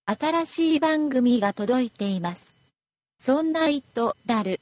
新しい番組が届いています。そんな糸だる。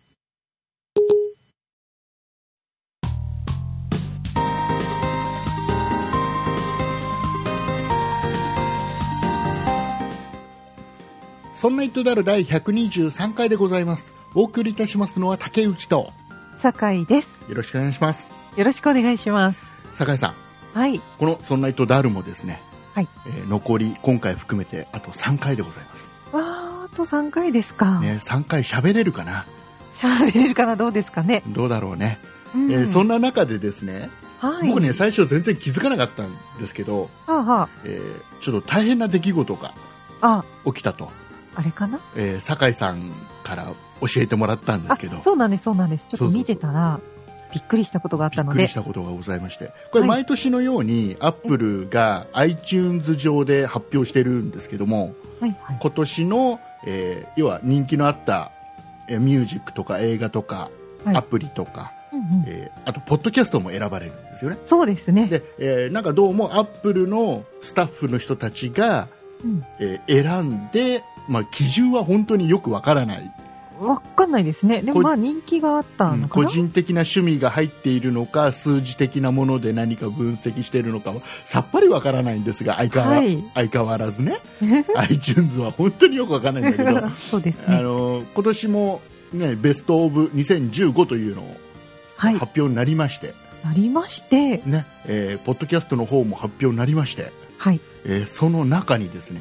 そんな糸だる第123回でございます。お送りいたしますのは竹内と酒井です。 よろしくお願いします。 よろしくお願いします。 酒井さん、 はい、 このそんな糸だるもですね、 はい、 残り今回含めてあと3回でございます。 あと3回ですか、 ね、3回喋れるかな。 喋れるかな、どうですかね。 どうだろうね、そんな中でですね、 はい、 僕ね最初全然気づかなかったんですけど、ちょっと大変な出来事が起きたと。 あれかな、 酒井さんから教えてもらったんですけど。 そうなんです、そうなんです。ちょっと見てたらびっくりしたことがあったので。 びっくりしたことがございまして、これ毎年のようにアップルが iTunes 上で発表してるんですけども、 はいはい、 今年の、要は人気のあったミュージックとか映画とか、はい、アプリとか、あとポッドキャストも選ばれるんですよね。 そうですね。 で、なんかどうもアップルのスタッフの人たちが、選んで、基準は本当によくわからない。 わかんないですね。でも人気があったのかな、 個人的な趣味が入っているのか、数字的なもので何か分析しているのかはさっぱりわからないんですが、相変わらずねiTunes は本当によくわからないんだけどそうですね、 今年も、ね、ベストオブ2015というのを発表になりまして、ね、ポッドキャストの方も発表になりまして、 はい、 その中にですね、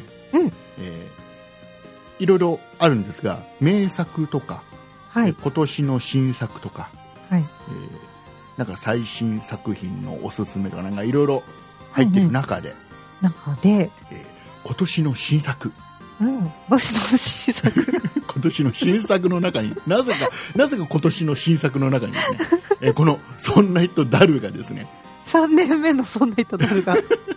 いろいろあるんですが、名作とか、今年の新作とか、なんか最新作品のおすすめとか、なんかいろいろ入っている中で、今年の新作、今年の新作の中になぜか今年の新作の中にですね、このそんな糸だるがですね、 3年目のそんな糸だるが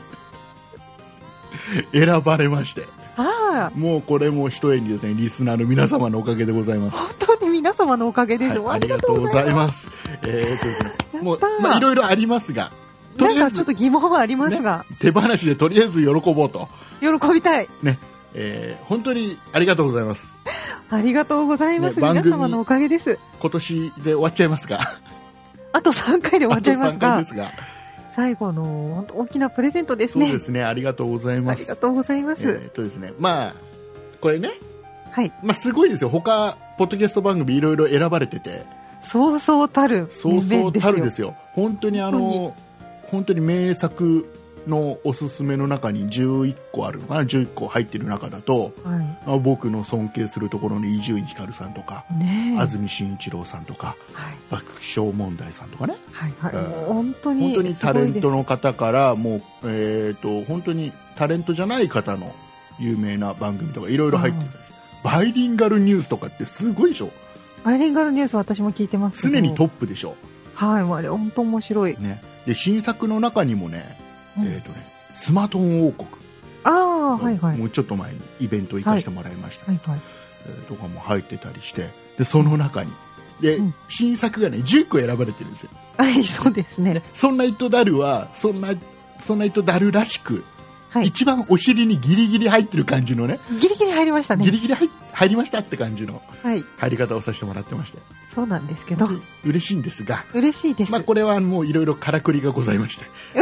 選ばれまして、もうこれも一重にですね、リスナーの皆様のおかげでございます。 本当に皆様のおかげです、 ありがとうございます。もういろいろありますが、 なんかちょっと疑問はありますが、 手放しでとりあえず喜ぼうと。 喜びたいね、本当にありがとうございます。 ありがとうございます、皆様のおかげです。 今年で終わっちゃいますが、 あと3回で終わっちゃいますが、 あと3回ですが、 最後の大きなプレゼントですね。 そうですね、ありがとうございます。 ありがとうございます。 ですね、これね、すごいですよ。他ポッドキャスト番組いろいろ選ばれてて、 そうそうたるですよ。 本当に本当に名作のおすすめの中に11個あるのかな、11個入ってる中だと、僕の尊敬するところの伊集院光さんとか、安住紳一郎さんとか、爆笑問題さんとかね、 本当にタレントの方からもう、本当にタレントじゃない方の有名な番組とかいろいろ入ってる。バイリンガルニュースとかってすごいでしょ。 バイリンガルニュース私も聞いてますけど、 常にトップでしょ。 あれ本当面白い、 ね。で新作の中にもね、スマトン王国、もうちょっと前にイベント行かせてもらいました、とかも入ってたりして、でその中にで、新作がね10個選ばれてるんですよ。 そうですね。 そんな糸だるはそんな糸だるらしく、一番お尻にギリギリ入ってる感じのね、 ギリギリ入りましたね。 ギリギリ入りましたって感じの入り方をさせてもらってまして、 そうなんですけど嬉しいんですが、 嬉しいです。 これはもういろいろからくりがございまして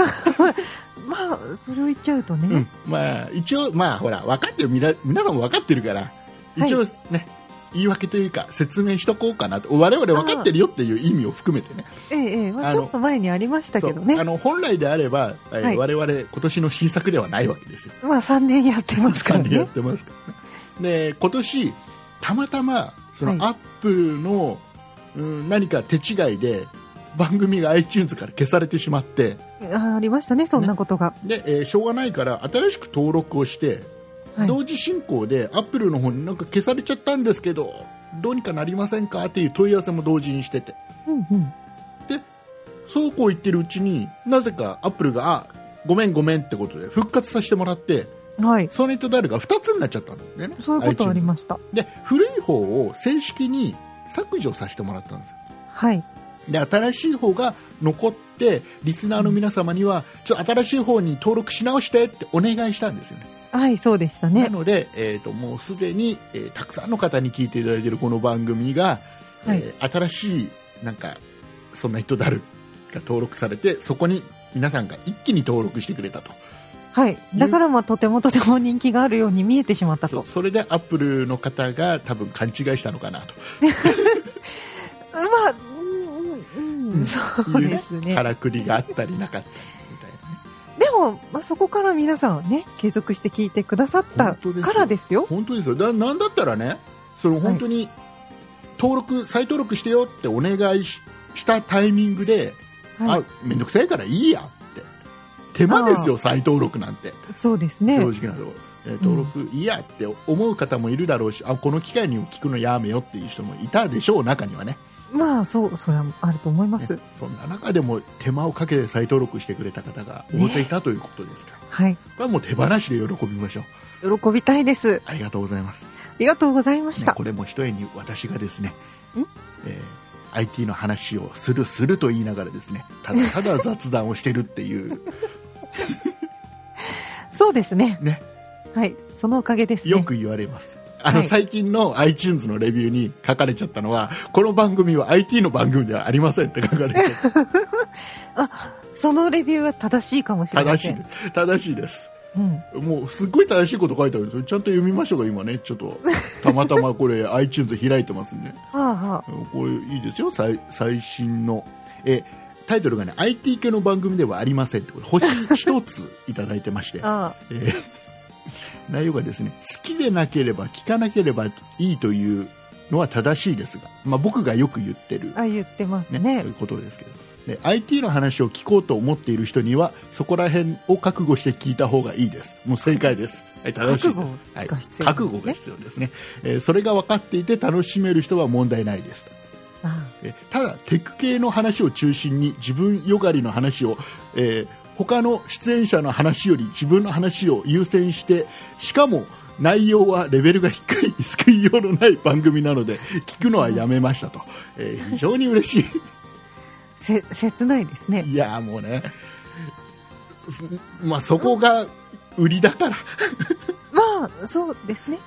それを言っちゃうとね、 一応ほら分かってる、皆さんも分かってるから、一応ね、言い訳というか説明しとこうかなと。我々分かってるよっていう意味を含めてね、 ちょっと前にありましたけどね。 本来であれば、我々今年の新作ではないわけですよ。 3年やってますからね。 3年やってますからね。で今年たまたまそのアップルの、何か手違いで番組が iTunes から消されてしまって、 ありましたね、そんなことが。 で、しょうがないから新しく登録をして、同時進行でアップルの方になんか消されちゃったんですけど、どうにかなりませんかっていう問い合わせも同時にしてて、でそうこう言ってるうちになぜかアップルがごめんってことで復活させてもらって、ソニットダイヤルが2つになっちゃったんですね。 そういうことありました。 で古い方を正式に削除させてもらったんですよ。で新しい方が残って、リスナーの皆様には新しい方に登録し直してってお願いしたんですよね。 はい、そうでしたね。 なので、もうすでに、たくさんの方に聞いていただいているこの番組が、 はい新しいなんかそんな人だるが登録されて、そこに皆さんが一気に登録してくれたと。 はい。だからまあとても人気があるように見えてしまったと。 それでアップルの方が多分勘違いしたのかなと。 まあ、そうですね。 からくりがあったりなかったりみたいなね。 でも、まあ、そこから皆さんね、継続して聞いてくださったからですよ。 本当ですよ。なんだったらね、その本当に再登録してよってお願いしたタイミングで、 はい、 めんどくさいからいいやって手間ですよ、再登録なんて。 そうですね。 正直なところ、登録いいやって思う方もいるだろうし、この機会に聞くのやめよっていう人もいたでしょう、中にはね。 まあそれはあると思います、 ね、そんな中でも手間をかけて再登録してくれた方が大勢いたということですから、 はい、 これはもう手放しで喜びましょう。喜びたいです。 ありがとうございます。 ありがとうございました。 これもひとえに私がですね、IT の話をすると言いながらですね、ただただ雑談をしてるっていうそうですね。 ね、 はい、そのおかげですね。 よく言われます。最近の iTunes のレビューに書かれちゃったのは、この番組は IT の番組ではありませんって書かれてそのレビューは正しいかもしれません。 正しいです、もうすっごい正しいこと書いてあるんですよ。ちゃんと読みましょうか。今ね、ちょっとたまたまこれ1 開いてますんでこれいいですよ。最新のタイトルがね、 IT 系の番組ではありませんって、これ星1ついただいてまして内容がですね、好きでなければ聞かなければいいというのは正しいですが、僕がよく言ってますね。 そういうことですけど、で IT の話を聞こうと思っている人にはそこら辺を覚悟して聞いた方がいいです。もう正解です、はい、正しいです。覚悟が必要ですね。それが分かっていて楽しめる人は問題ないですと。ただテック系の話を中心に自分よがりの話を、他の出演者の話より自分の話を優先して、しかも内容はレベルが低い救いようのない番組なので聞くのはやめましたと、非常に嬉しい切ないですね。 いやもうね、そこが売りだからまあそうですね。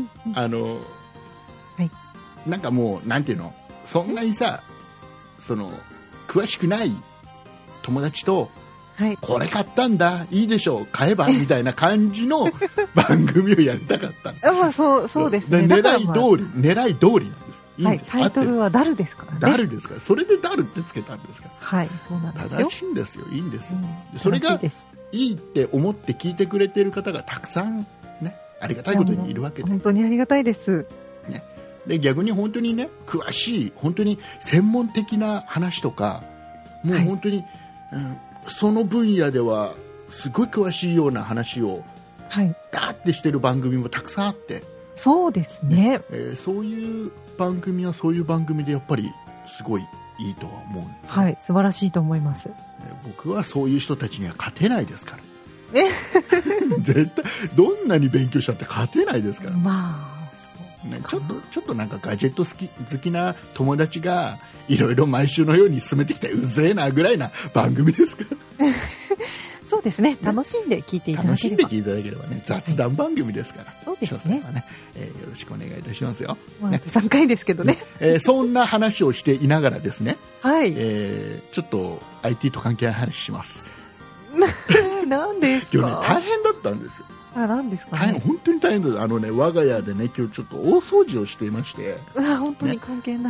なんかもうなんていうの、そんなにさ、詳しくない友達と、これ買ったんだいいでしょう買えばみたいな感じの番組をやりたかったそうですね。 狙い通りなんです。いいんです。 タイトルはダルですからね。 ダルですから、それでダルってつけたんですから。 はい、そうなんですよ。 正しいんですよ。いいんですよ、それがいいって思って聞いてくれている方がたくさんね、ありがたいことにいるわけで、 本当にありがたいです、 ね、で逆に本当にね、詳しい本当に専門的な話とか、もう本当に、その分野ではすごい詳しいような話をダーってしてる番組もたくさんあって、 そうですね、 そういう番組はそういう番組でやっぱりすごいいいとは思う、 はい、素晴らしいと思います。 僕はそういう人たちには勝てないですから絶対どんなに勉強したって勝てないですから。ちょっとなんかガジェット好きな友達がいろいろ毎週のように進めてきてうぜえなぐらいな番組ですからそうですね、楽しんで聞いていただければ、 楽しんで聞いていただければね、雑談番組ですから、 そうですね、 よろしくお願いいたしますよ。 あと3回ですけどね、 そんな話をしていながらですね、 はい、 ちょっと IT と関係ない話します何ですか。 今日ね、大変だったんですよ。 何ですかね。 本当に大変です。我が家でね、今日ちょっと大掃除をしていまして、 本当に関係ない、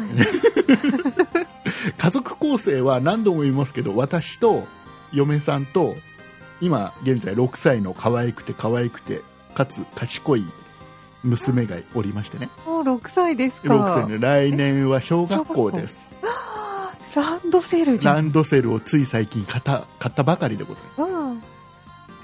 家族構成は何度も言いますけど、私と嫁さんと今現在6歳の可愛くてかつ賢い娘がおりましてね。 もう6歳ですか。 6歳で来年は小学校です。 ランドセルじゃん。 ランドセルをつい最近買ったばかりでございます。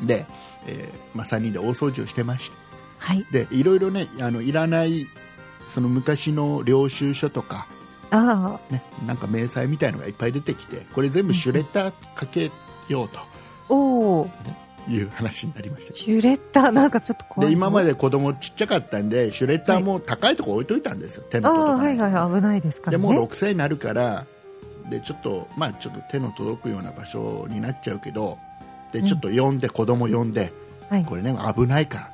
で、3人で大掃除をしてまして、 はい、でいろいろね、いらないその昔の領収書とか、なんか明細みたいのがいっぱい出てきて、これ全部シュレッダーかけようと、いう話になりました。 シュレッダーなんかちょっと怖い。 で今まで子供ちっちゃかったんでシュレッダーも高いところ置いといたんですよ、手の届かない。 危ないですからね。 でもう6歳になるからでちょっと手の届くような場所になっちゃうけど、でちょっと子供呼んで、これね危ないからと、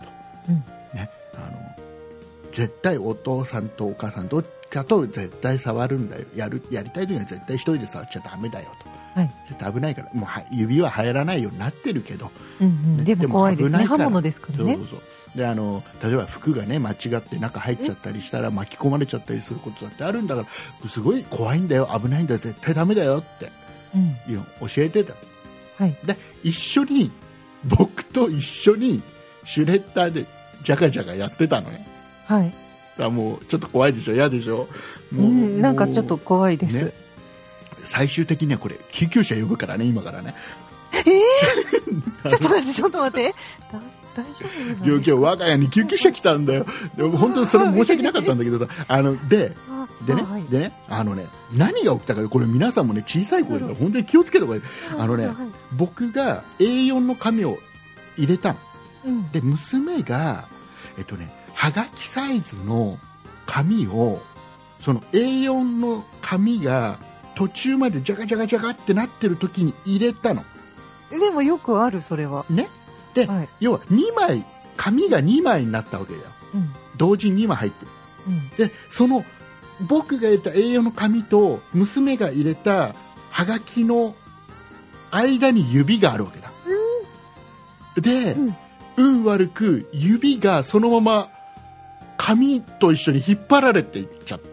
ね、絶対お父さんとお母さんどっちかと絶対触るんだよ、やりたい時には絶対一人で触っちゃダメだよと、絶対危ないから、もう指は入らないようになってるけど、 ね、でも怖いですね、刃物ですからね。 そうで例えば服がね間違って中入っちゃったりしたら巻き込まれちゃったりすることだってあるんだから、すごい怖いんだよ、危ないんだよ、絶対ダメだよっていうのを教えてた、で僕と一緒にシュレッダーでジャカジャカやってたのね。もうちょっと怖いでしょ、嫌でしょ、 なんかちょっと怖いです、 ね、最終的にはこれ救急車呼ぶからね、今からね。ちょっと待って大丈夫？今日我が家に救急車来たんだよ。でも本当にそれ申し訳なかったんだけどさ、でね、何が起きたか、これ皆さんもね小さい声で本当に気をつけた方がいい。僕が A4 の紙を入れたの、で娘がはがきサイズの紙を、その A4 の紙が途中までジャカジャカジャカってなってる時に入れたの。 でもよくある、それはね。で、要は2枚紙が2枚になったわけだよ、同時に2枚入ってる、でその僕が入れた A4 の紙と娘が入れたはがきの間に指があるわけだ、で、運悪く指がそのまま紙と一緒に引っ張られていっちゃった。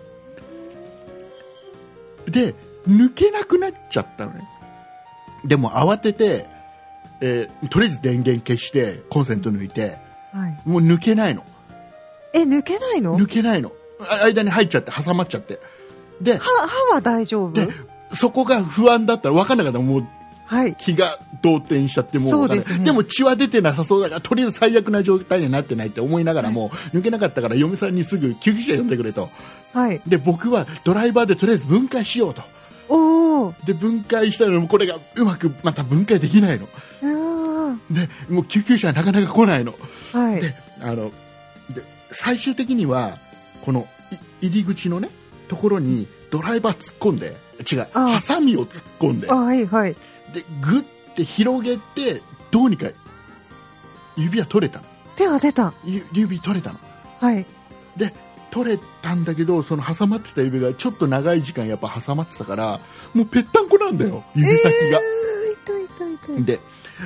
で抜けなくなっちゃったのね。でも慌てて、とりあえず電源消してコンセント抜いて、もう抜けないの。 抜けないの？ 抜けないの。間に入っちゃって挟まっちゃって、で歯は大丈夫？ でそこが不安だったら分からなかったらもう、気が動転しちゃって、もうそうですね。 でも血は出てなさそうだからとりあえず最悪な状態にはなってないって思いながらも、抜けなかったから嫁さんにすぐ救急車呼んでくれと、で僕はドライバーでとりあえず分解しようと。で分解したらこれがうまくまた分解できないので、もう救急車はなかなか来ないの、で最終的にはこの入り口のねところにドライバー突っ込んで、ハサミを突っ込んで、でグッて広げてどうにか指は取れたの。 手は出た。 指取れたの。で取れたんだけど、その挟まってた指がちょっと長い時間やっぱ挟まってたから、もうぺったんこなんだよ、指先が。痛い。で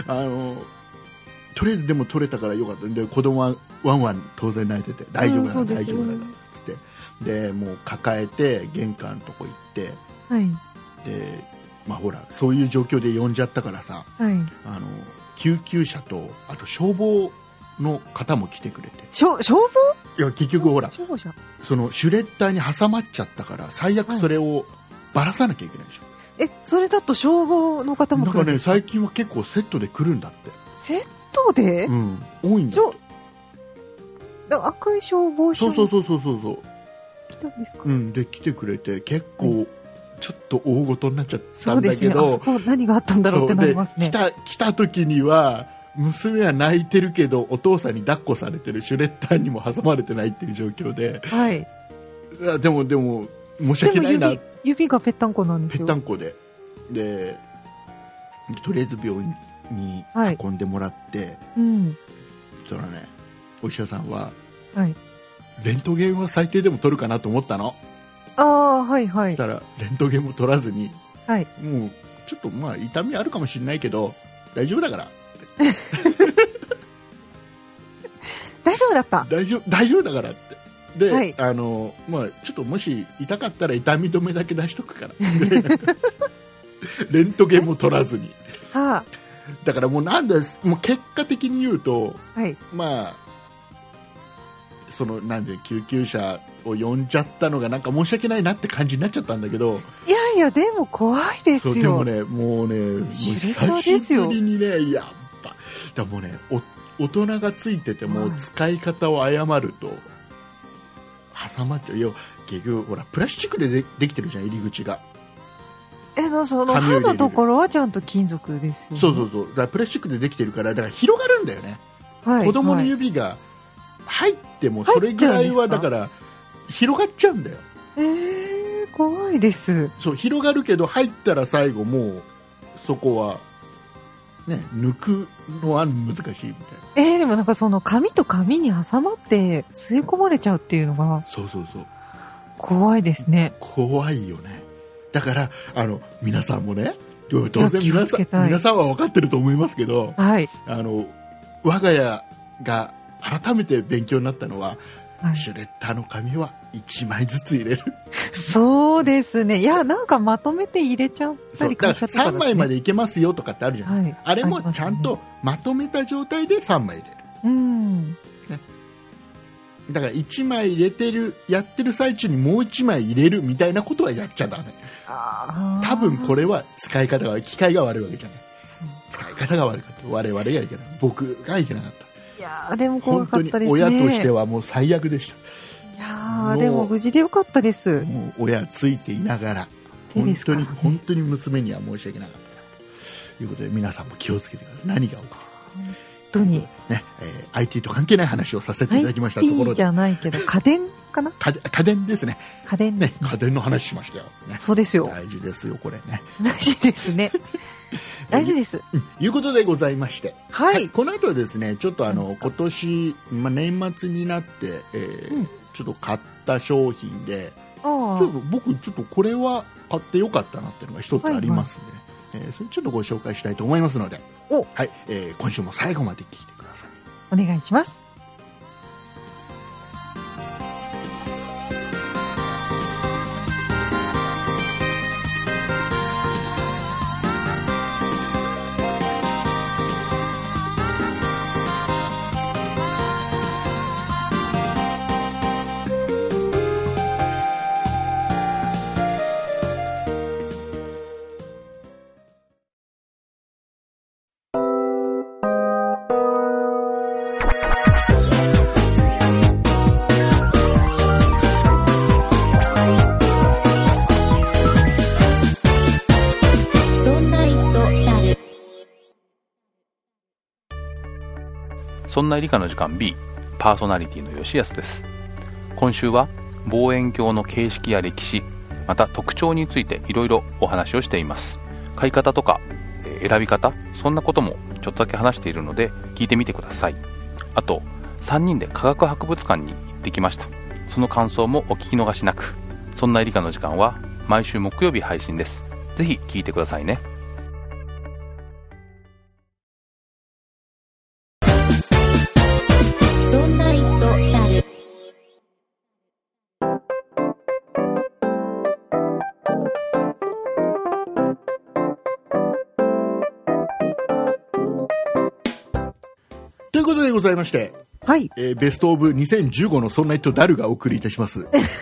とりあえずでも取れたからよかったんで、子供はワンワン当然泣いてて、大丈夫だから大丈夫だからっつって、でもう抱えて玄関のとこ行って、でほらそういう状況で呼んじゃったからさ、救急車とあと消防の方も来てくれて。 消防？ いや結局ほらそのシュレッダーに挟まっちゃったから最悪それをばらさなきゃいけないでしょ、 それだと消防の方も来るんですか？ なんかね最近は結構セットで来るんだって。 セットで？ 多いんだって。 赤い消防車そう来たんですか？ で来てくれて結構、ちょっと大ごとになっちゃったんだけど、 あそこ何があったんだろうってなりますね。 来た時には娘は泣いてるけどお父さんに抱っこされてる、シュレッダーにも挟まれてないっていう状況で、でも申し訳ないな。 指がぺったんこなんですよ。 ぺったんこでとりあえず病院に運んでもらって、そしたらねお医者さんは、レントゲンは最低でも取るかなと思ったの。そしたらレントゲンも取らずに、もうちょっと痛みあるかもしれないけど大丈夫だから大丈夫だった。 大丈夫だからって。で、ちょっともし痛かったら痛み止めだけ出しとくからレントゲンも取らずに、だからもうもう結果的に言うと、その救急車を呼んじゃったのがなんか申し訳ないなって感じになっちゃったんだけど、 いやでも怖いですよ。 でもねもう久しぶりにねやっぱだもうね大人がついてても使い方を誤ると挟まっちゃうよ。結局ほらプラスチックで できてるじゃん、入り口が。 その歯のところはちゃんと金属ですよね。 そうだからプラスチックでできてるからだから広がるんだよね、子供の指が入ってもそれぐらいはだから広がっちゃうんだよ。 怖いです。 そう広がるけど入ったら最後もうそこはね、抜くのは難しいみたいな。 でもなんかその紙と紙に挟まって吸い込まれちゃうっていうのがそうそうそう、 怖いですね。 怖いよね。だから皆さんもね、当然皆さんは分かってると思いますけど、 はい、 我が家が改めて勉強になったのは、 はい、 シュレッダーの紙は1枚ずつ入れる。 そうですね。いや、なんかまとめて入れちゃったり会社とかだとね、 3枚までいけますよとかってあるじゃないですか、はい、あれもちゃんとまとめた状態で3枚入れる、 うんね、 だから1枚入れてるやってる最中にもう1枚入れるみたいなことはやっちゃダメ。多分これは使い方が機械が悪いわけじゃない、使い方が悪かった、我々がいけない、僕がいけなかった。 いやでも怖かったですね。 本当に親としてはもう最悪でした。 いやでも無事でよかったです。 もう親ついていながら本当に娘には申し訳なかったということで、皆さんも気をつけてください。何が起こる本当に、 ねIT と関係ない話をさせていただきましたところで、 IT じゃないけど家電かな、 家電ですね。 家電ですね。 家電の話しましたよ、ね、 そうですよ。 大事ですよこれね。 大事ですね。大事です。 いうことでございまして、 はい、 この後はですね、ちょっと今年、年末になって、ちょっと買った商品で、僕ちょっとこれは買ってよかったなっていうのが一つありますので、それちょっとご紹介したいと思いますので、はい、今週も最後まで聞いてください。 お願いします。 そんな理科の時間 B パーソナリティの吉安です。今週は望遠鏡の形式や歴史、また特徴についていろいろお話をしています。買い方とか選び方、そんなこともちょっとだけ話しているので聞いてみてください。あと3人で科学博物館に行ってきました。その感想もお聞き逃しなく。そんな理科の時間は毎週木曜日配信です。ぜひ聞いてくださいね。 ということでございまして、 はい、 ベストオブ2015のそんな人誰がお送りいたします。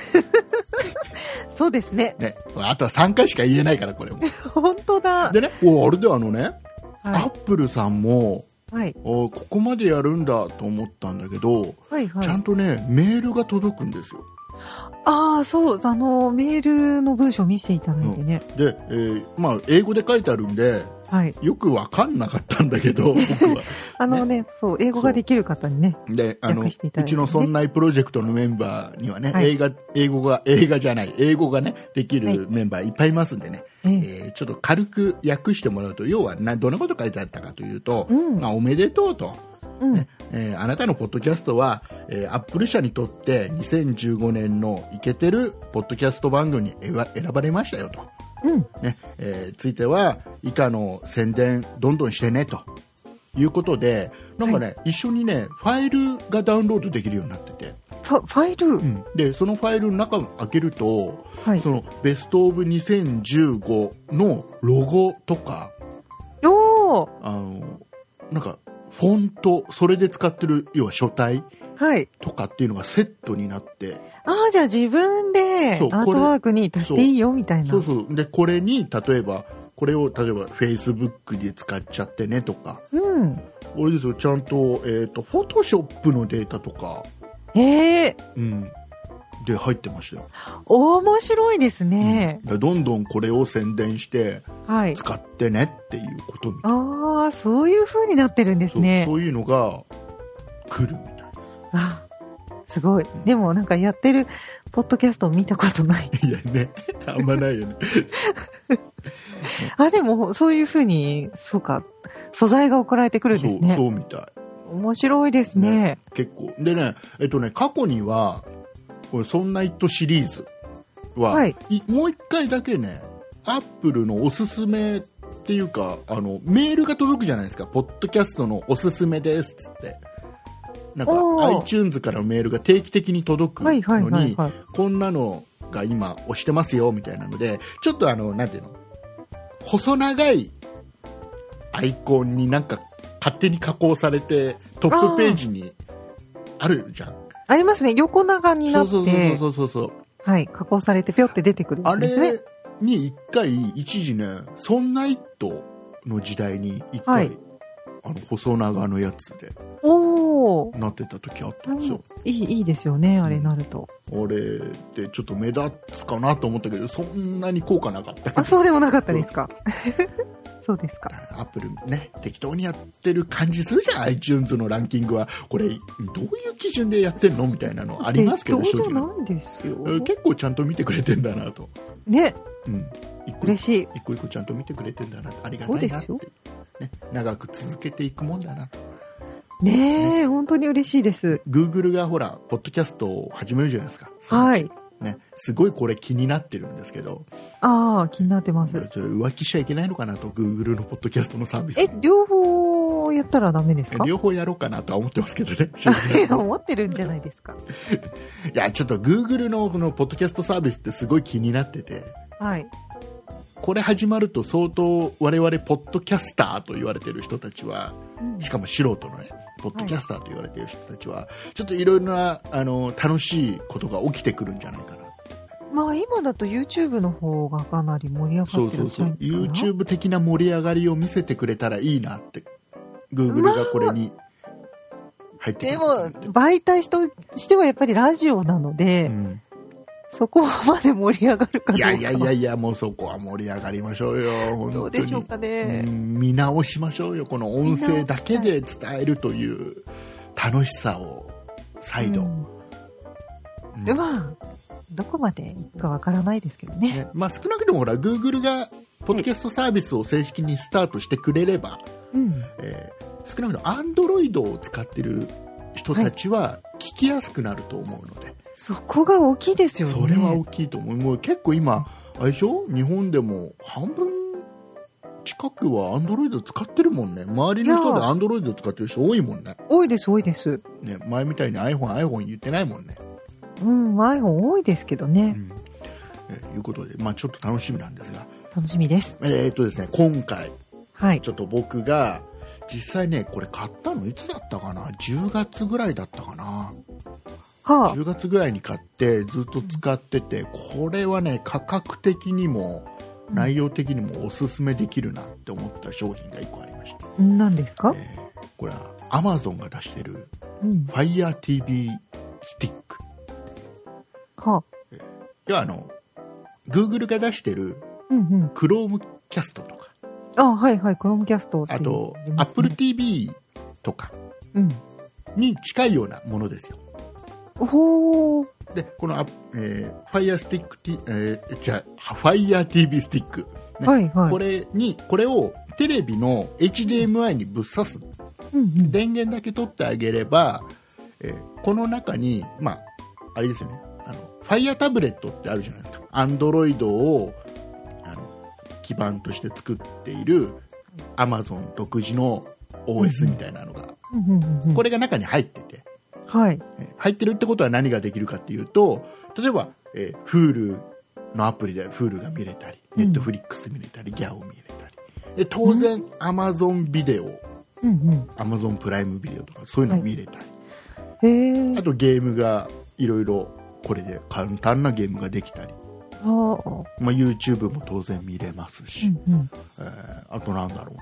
そうですね。 あとは3回しか言えないからこれも。 本当だ。 でね、あれでアップルさんも、 はい、 ここまでやるんだと思ったんだけど、 はいはい、 ちゃんとねメールが届くんですよ。 そう、メールの文章を見せていただいてね。 で、英語で書いてあるんで、 はい、 よく分かんなかったんだけど、僕はそう英語ができる方にね、 で訳していただいて、ね、 うちのそんないプロジェクトのメンバーにはね、 はい、 英語がねできるメンバーいっぱいいますんでね、ちょっと軽く訳してもらうと、要はどんなこと書いてあったかというと、おめでとうと。あなたのポッドキャストは、アップル社にとって2015年のイケてるポッドキャスト番組に選ばれましたよと、ついては以下の宣伝どんどんしてねということで、なんかね、一緒にねファイルがダウンロードできるようになってて、 ファイル、 でそのファイルの中を開けると、 そのベストオブ2015のロゴとか、なんかフォント、それで使ってる要は書体とかっていうのがセットになって、 じゃあ自分でアートワークに足していいよみたいな。 そうで、これに例えばフェイスブックで使っちゃってねとか、俺ですよ、ちゃんとフォトショップのデータとか、で入ってましたよ。 面白いですね。 どんどんこれを宣伝して使ってねっていうことみたいな。そういう風になってるんですね。 そういうのが来るみたいです。 すごい。でもなんかやってるポッドキャストを見たことない。 いやね、あんまないよね。 でもそういう風に、そうか、素材が送られてくるんですね。 そうみたい。 面白いですね。 結構。でね、過去には、これそんなイットシリーズは、 はい、 もう一回だけね、アップルのおすすめっていうか、メールが届くじゃないですか。ポッドキャストのおすすめですっつって。なんか iTunes からのメールが定期的に届くのに、こんなのが今押してますよみたいなので、ちょっとなんていうの、細長いアイコンになんか勝手に加工されてトップページにあるじゃん。 ありますね。横長になって、 そうはい、加工されてぴょって出てくるんですね。 あれに一時ね、そんなイットの時代に一回、細長のやつでなってた時あったんですよ。 いいですよね、あれなると。 あれってちょっと目立つかなと思ったけど、そんなに効果なかった。 そうでもなかったですか。そうですか。 アップルね、適当にやってる感じするじゃん。 iTunes のランキングはこれどういう基準でやってんのみたいなのありますけど、 適当じゃないですよ。 結構ちゃんと見てくれてんだなとね、嬉しい。 一個一個ちゃんと見てくれてんだな、ありがたいなって、ね、長く続けていくもんだなとねえ、本当に嬉しいです。 Google がほらポッドキャストを始めるじゃないですか。 はいね、すごいこれ気になってるんですけど。 気になってます。 浮気しちゃいけないのかなと、 Google のポッドキャストのサービス。 両方やったらダメですか？ 両方やろうかなとは思ってますけどね。 思ってるんじゃないですか。 いや、ちょっと Google のこのポッドキャストサービスってすごい気になってて、 はい、 これ始まると相当我々ポッドキャスターと言われてる人たちは、しかも素人のねポッドキャスターと言われてる人たちは、ちょっといろいろな楽しいことが起きてくるんじゃないかな。 今だと YouTube の方がかなり盛り上がってるんですか？ YouTube 的な盛り上がりを見せてくれたらいいなって Google がこれに入ってくる。 でも媒体としてはやっぱりラジオなので、そこまで盛り上がるかどうか。 いやもうそこは盛り上がりましょうよ。本当にどうでしょうかね。 見直しましょうよ。この音声だけで伝えるという楽しさを再度。 どこまでいくかわからないですけどね。 少なくともほら Google がポッドキャストサービスを正式にスタートしてくれれば、少なくとも Android を使ってる人たちは聞きやすくなると思うので、 そこが大きいですよね。 それは大きいと思う。もう結構今あれでしょ、日本でも半分近くは Android 使ってるもんね。周りの人で Android 使ってる人多いもんね。 多いです、 ね、前みたいに iPhone 言ってないもんね。 iPhone 多いですけどね。 いうことで、ちょっと楽しみなんですが。 楽しみです。 ですね、今回、ちょっと僕が実際ね、これ買ったのいつだったかな、10月ぐらいだったかな。10月ぐらいに買ってずっと使ってて、これはね、価格的にも内容的にもおすすめできるなって思った商品が1個ありました。 何ですか？ これは Amazon が出してる Fire TV スティック。Google が出してる Chromecast とか、 Chromecast って、 あと Apple TV とかに近いようなものですよ。でこの、Fire TV スティック、これをテレビの HDMI にぶっ刺す、電源だけ取ってあげれば、この中にあれですよね、Fire タブレットってあるじゃないですか。Android を基盤として作っている Amazon 独自の OS みたいなのが、これが中に入ってて、入ってるってことは何ができるかっていうと、例えば、Hulu のアプリで Hulu が見れたり、Netflix 見れたり、ギャオ見れたり、で当然 Amazon ビデオ、Amazon プライムビデオとかそういうの見れたり、あとゲームがいろいろこれで簡単なゲームができたり、YouTube も当然見れますし、あとなんだろうな、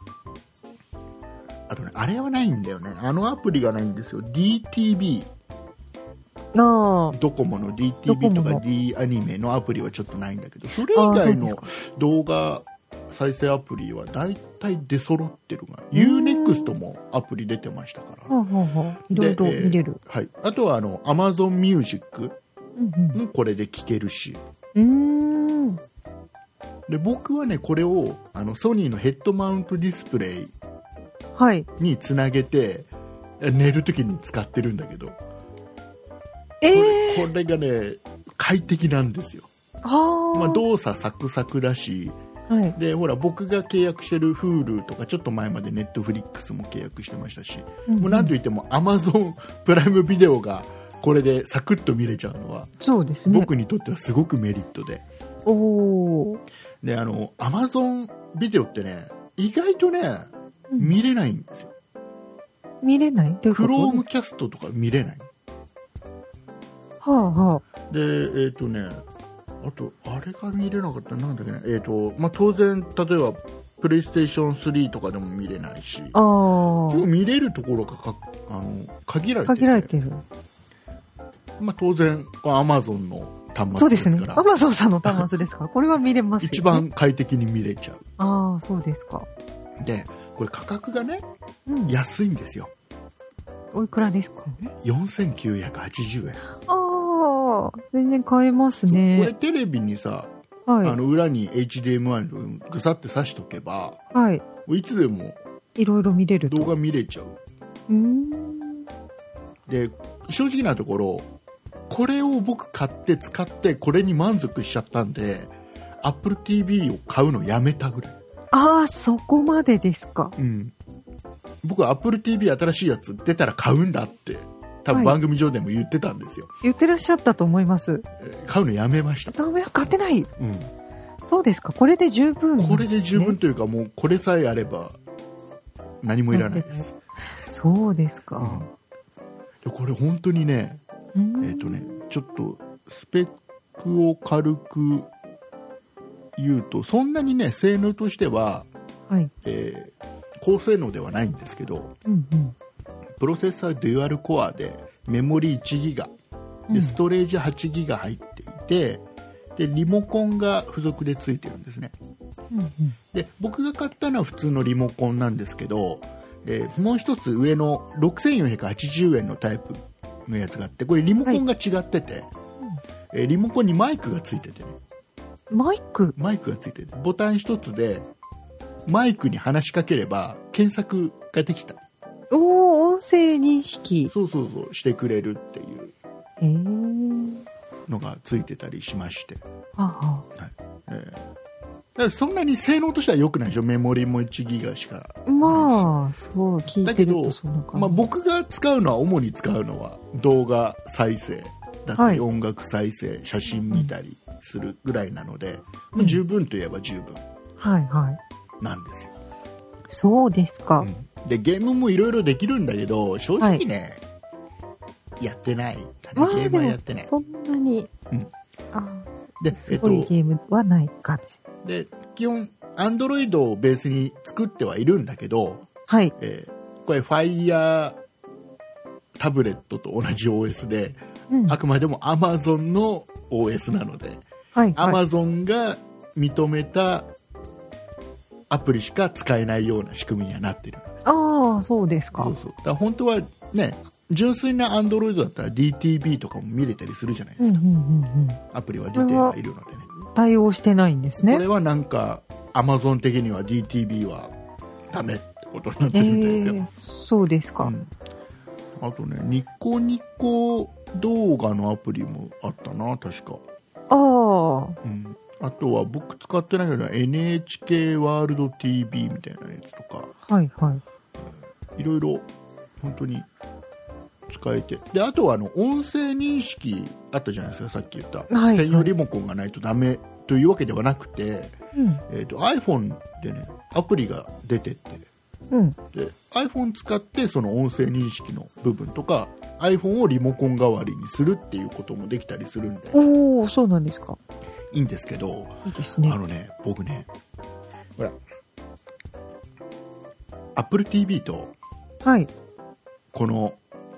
あとね、あれはないんだよね、アプリがないんですよ。 DTV、 ドコモの DTV とか D アニメのアプリはちょっとないんだけど、それ以外の動画再生アプリは大体出揃ってるが UNEXT もアプリ出てましたから、 いろいろ見れる。 はい、あとはAmazon Music もこれで聴けるし、で僕はねこれをソニーのヘッドマウントディスプレイにつなげて、寝るときに使ってるんだけど、これがね快適なんですよ。まあ、動作サクサクだし、でほら僕が契約してる Hulu とかちょっと前まで Netflix も契約してましたし、もう何といっても Amazon プライムビデオがこれでサクッと見れちゃうのは、 そうですね、 僕にとってはすごくメリットで、でAmazon ビデオってね意外とね、見れないんですよ。 見れないということですか？ Chromecast とか見れない。であとあれが見れなかったなんだっけね、まあ、当然例えばプレイステーション3とかでも見れないし、見れるところが限られてる。まあ、当然Amazon の端末ですから。 そうですね。Amazon さんの端末ですから、これは見れますよね。 一番快適に見れちゃう。 そうですか。 でこれ価格がね、安いんですよ。 おいくらですか ？4980円。 全然買えますね。 これテレビにさ、裏に HDMI のぐさって挿しとけば、いつでもいろいろ見れると、 動画見れちゃう。で正直なところこれを僕買って使ってこれに満足しちゃったんで Apple TV を買うのやめたぐらい。 そこまでですか。 僕は Apple TV 新しいやつ出たら買うんだって多分番組上でも言ってたんですよ。 言ってらっしゃったと思います。 買うのやめました。 買ってない。そうですか。これで十分、 これで十分というかもうこれさえあれば何もいらないです。 そうですか。 これ本当にね、ちょっとスペックを軽く言うとそんなにね性能としては、高性能ではないんですけど、プロセッサーデュアルコアでメモリー1ギガでストレージ8ギガ入っていて、でリモコンが付属でついてるんですね。で僕が買ったのは普通のリモコンなんですけど、もう一つ上の6480円のタイプのやつがあって、これリモコンが違ってて、リモコンにマイクがついててね、マイクがついててボタン一つでマイクに話しかければ検索ができた。 音声認識そうしてくれるっていうのがついてたりしまして、そんなに性能としては良くないでしょ。メモリも1ギガしかそう聞いてるとそんな感じ。 僕が使うのは主に使うのは動画再生だったり、音楽再生写真見たりするぐらいなので、十分といえば十分なんですよ。 そうですか。 でゲームもいろいろできるんだけど正直ね、やってないかな。ゲームはやってない。 そんなに、すごいゲームはない感じ。 で基本 Android をベースに作ってはいるんだけど、これ Fire タブレットと同じ OS で、あくまでも Amazon の OS なので、Amazon が認めたアプリしか使えないような仕組みにはなってる。 そうですか。 だから本当はね純粋な Android だったら DTV とかも見れたりするじゃないですか。アプリは出てはいるのでね。対応してないんですね。これはなんか Amazon 的には DTV はダメってことになってるみたいですよ。そうですか。あとねニコニコ動画のアプリもあったな確か。あとは僕使ってないけど NHK ワールド TV みたいなやつとか、いろいろ本当に使えて、であとは音声認識あったじゃないですか、さっき言った、専用リモコンがないとダメというわけではなくて、iPhone でねアプリが出てって、で iPhone 使ってその音声認識の部分とか iPhone をリモコン代わりにするっていうこともできたりするんで。そうなんですか。いいんですけど、いいですね。僕ねほら Apple TV と、この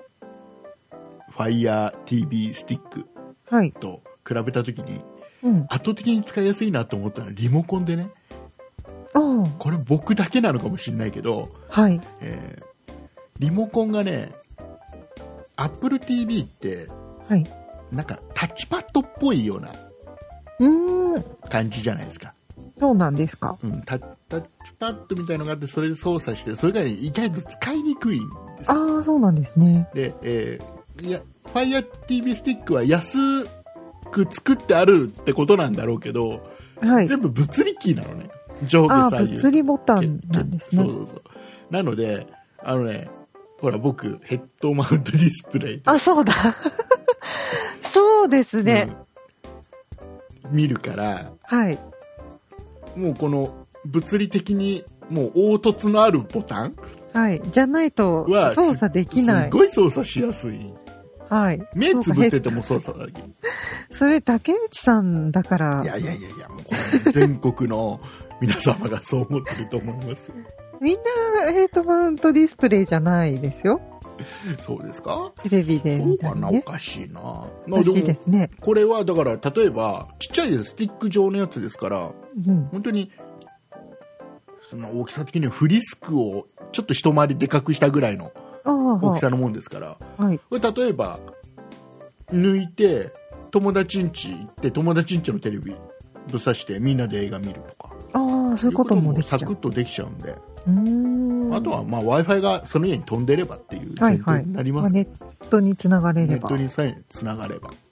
Fire TV スティックと比べたときに、圧倒的に使いやすいなと思ったのはリモコンでね。 これ僕だけなのかもしれないけど、 はい。 リモコンがね、Apple TV って、 はい。 なんかタッチパッドっぽいような感じじゃないですか。 そうなんですか。 タッチパッドみたいのがあって、それで操作して、それが、ね、意外と使いにくいんですよ。 ああ、そうなんですね。 で、Fire TV スティックは安く作ってあるってことなんだろうけど、 はい、 全部物理キーなのね。上下左右。 物理ボタンなんですね。 そうなので、ほら僕ヘッドマウントディスプレイ。 そうだ。そうですね、 見るから。 はい。 もうこの物理的にもう凹凸のあるボタン、 はい、じゃないと操作できない。 すごい操作しやすい。 はい。 目つぶってても操作だけ。 それ竹内さんだから。 いや、もうこれ全国の皆様がそう思ってると思います。 みんなヘッドマウントディスプレイじゃないですよ。 そうですか？ テレビで見たりね。 そうかな、おかしいな。 おかしいですね。 これはだから例えばちっちゃいスティック状のやつですから、本当にその大きさ的にはフリスクをちょっと一回りでかくしたぐらいの大きさのもんですから、 はい、 これ例えば抜いて友達ん家行って友達ん家のテレビぶっ刺してみんなで映画見るとか、 そういうこともできちゃう。 サクッとできちゃうんで。あとはWi-Fi がその家に飛んでればっていう前提になります。 ネットにつながれれば。 ネットにさえつながれば。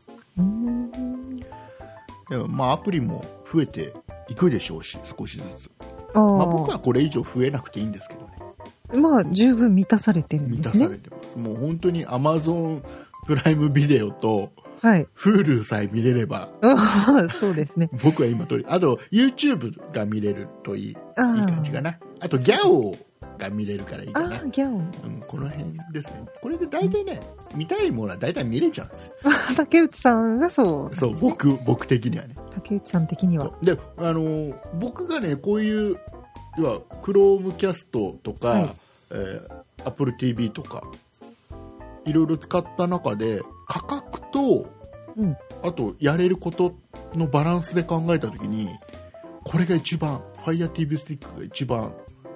でもアプリも増えていくでしょうし、少しずつ。僕はこれ以上増えなくていいんですけどね。 十分満たされてるんですね。 満たされてます。もう本当に Amazon プライムビデオと、 はい、 Hulu さえ見れれば。 そうですね。 僕は今あと YouTube が見れるといい感じかな。あとギャオが見れるからいいかな。 ギャオ、 この辺ですね。これで大体ね、見たいものは大体見れちゃうんですよ。 竹内さんがそう、 そう、僕的にはね。 竹内さん的には。 で、僕がね、こういう要は Chromecast とか、はい、Apple TV とかいろいろ使った中で価格と、あとやれることのバランスで考えたときに、これが一番 Fire TV スティックが一番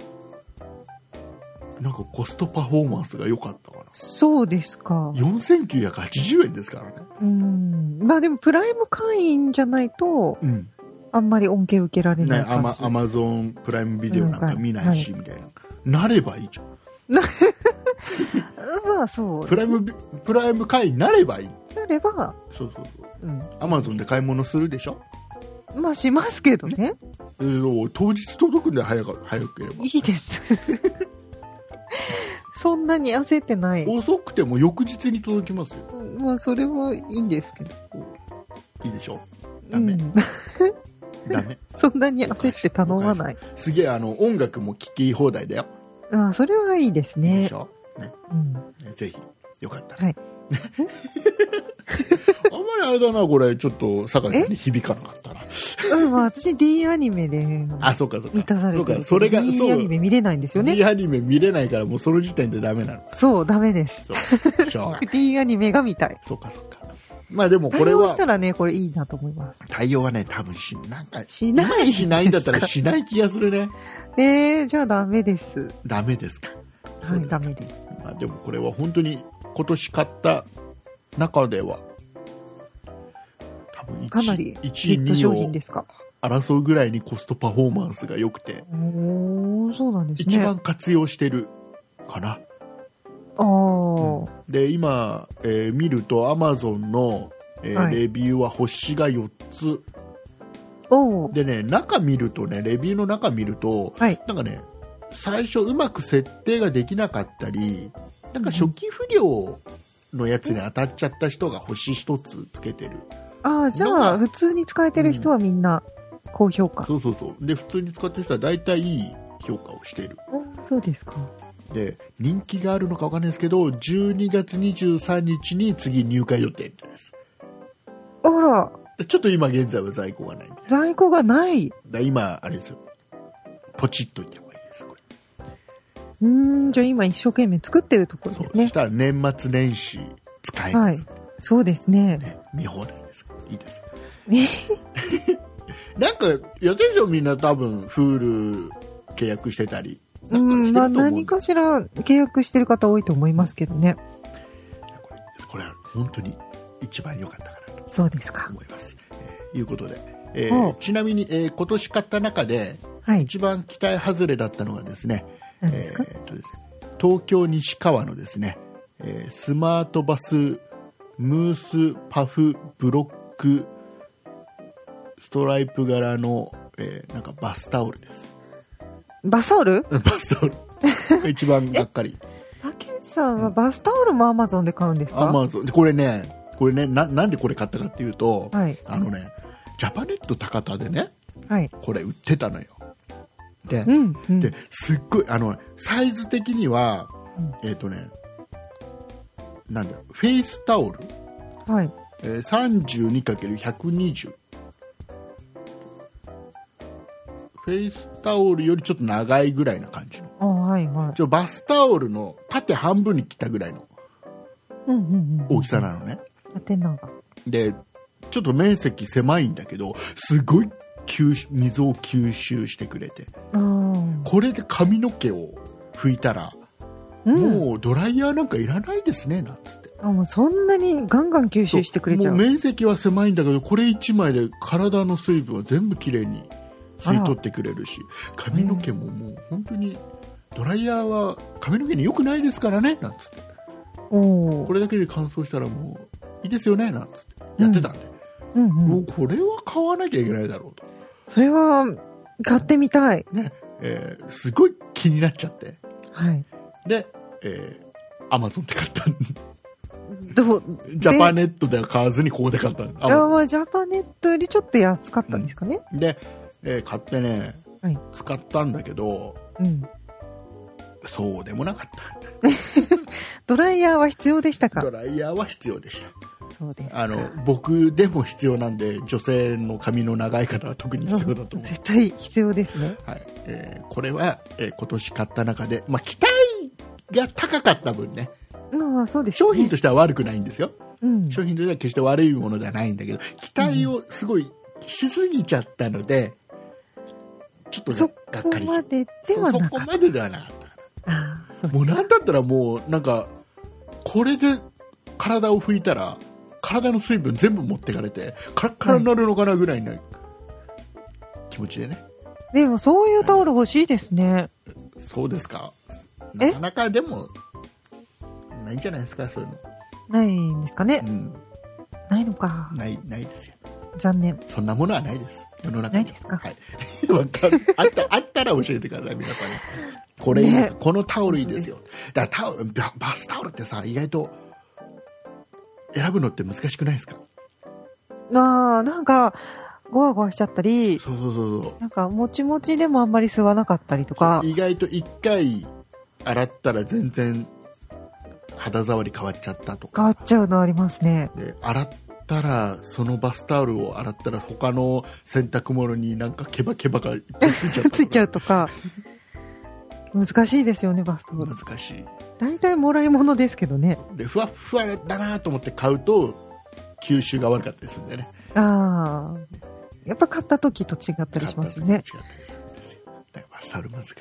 なんかコストパフォーマンスが良かったかな。 そうですか。 4980円ですからね。 でもプライム会員じゃないと、あんまり恩恵受けられない感じ。 アマゾンプライムビデオなんか見ないし、みたいな。なればいいじゃん。 そうですね。プライム会員なればいい。 なれば。 そう。アマゾンで買い物するでしょ。 しますけどね。 当日届くんで早ければ。 いいです。そんなに焦ってない。 遅くても翌日に届きますよ。 それはいいんですけど。 いいでしょ。ダメ。ダメ。 そんなに焦って頼まない。 すげえ音楽も聴き放題だよ。 それはいいですね。 でしょ。ね。ぜひよかったら。 はい。 あんまりあれだな、これちょっと坂井さんに響かなかったな。 私 D アニメでそうか満たされてる。 それが D アニメ見れないんですよね。 D アニメ見れないからもうその時点でダメなの。 そうダメです。D アニメが見たい。 そうか。でもこれは対応したらね、これいいなと思います。 対応はね、多分しないんだったらしない気がするね。 じゃあダメです。 ダメですか。 はい、ダメです。 でもこれは本当に今年買った中では多分かなりヒット商品ですか。 争うぐらいにコストパフォーマンスが良くて、 そうなんですね。 一番活用してるかな。で今、見ると Amazon の、レビューは星が4つでね、中見るとね、レビューの中見ると、なんかね、最初うまく設定ができなかったり、なんか初期不良のやつに当たっちゃった人が星1つつけてる。 じゃあ普通に使えてる人はみんな高評価。 そうで普通に使ってる人は大体いい評価をしてる。 そうですか。で人気があるのかわかんないですけど、12月23日に次入荷予定みたいです。 あら。 ちょっと今現在は在庫がないみたいな。 在庫がない。 今あれですよ、ポチッといった方がいいですこれ。 じゃあ今一生懸命作ってるところですね。 そしたら年末年始使えます。 そうですね。 見放題です。いいです。 なんかやってるでしょみんな多分フール契約してたりなんかしてると思う。 まあ何かしら契約してる方多いと思いますけどね。 これは本当に一番良かったかなとそうですか。 思います。いうことで、ちなみに、今年買った中で、 はい、 一番期待外れだったのがですね、 何ですか？ 東京西川のですね、スマートバスムースパフブロックストライプ柄の、なんかバスタオルです。 バスタオル？ バスタオル一番がっかり。 竹内さんはバスタオルもアマゾンで買うんですか？ アマゾンでこれねなんでこれ買ったかっていうと、 はい、 ジャパネット高田でね、 はい、 これ売ってたのよ。で、ですっごいサイズ的には、なんだフェイスタオル、 はい、 32×120 フェイスタオルよりちょっと長いぐらいな感じの、 はいはい、 バスタオルの縦半分に切ったぐらいの大きさなのね。 縦長でちょっと面積狭いんだけどすごい水を吸収してくれて、これで髪の毛を拭いたら、もうドライヤーなんかいらないですねなんつって。 もうそんなにガンガン吸収してくれちゃう。 もう面積は狭いんだけどこれ1枚で体の水分を全部きれいに吸い取ってくれるし、髪の毛ももう本当にドライヤーは髪の毛に良くないですからねなんつって、これだけで乾燥したらもういいですよねなんつってやってたんで、もうこれは買わなきゃいけないだろうと。 それは買ってみたい、 ねすごい気になっちゃって、 はい、 で、アマゾンで買ったジャパネットでは買わずにここで買ったの。 ジャパネットよりちょっと安かったんですかね。 で、買ってね、はい、使ったんだけど、そうでもなかったドライヤーは必要でしたか？ ドライヤーは必要でした。 そうですか。 僕でも必要なんで女性の髪の長い方は特に必要だと思う。 絶対必要ですね。 はい、これは、今年買った中で、まあ、期待が高かった分ね、 そうですね、 商品としては悪くないんですよ、商品としては決して悪いものではないんだけど期待をすごいしすぎちゃったので、ちょっと、ね、がっかりしちゃった。そこまでではなかったかな。もうなんだったらもうなんかこれで体を拭いたら体の水分全部持ってかれてカラッカラになるのかなぐらいの気持ちでね。 でもそういうタオル欲しいですね。 そうですか。なかなかでもないんじゃないですかそういうの。 ないんですかね、ないのか。 ないですよ。 残念。 そんなものはないです世の中に。 ないですか。 はい。あったら教えてください皆さんに。これ、ね、このタオルいいですよ。だからバスタオルってさ意外と選ぶのって難しくないですか？ なんかゴワゴワしちゃったり、 そうなんかもちもちでもあんまり吸わなかったりとか、 意外と1回洗ったら全然肌触り変わっちゃったとか、 変わっちゃうのありますね。 で洗ったらそのバスタオルを洗ったら他の洗濯物になんかケバケバがついちゃうとか難しいですよねバスタオル。 難しい。 大体もらい物ですけどね。 でふわふわだなと思って買うと吸収が悪かったりするんでね。 やっぱ買った時と違ったりしますよね。 違ったりするんですよ。だからバスタオル難しい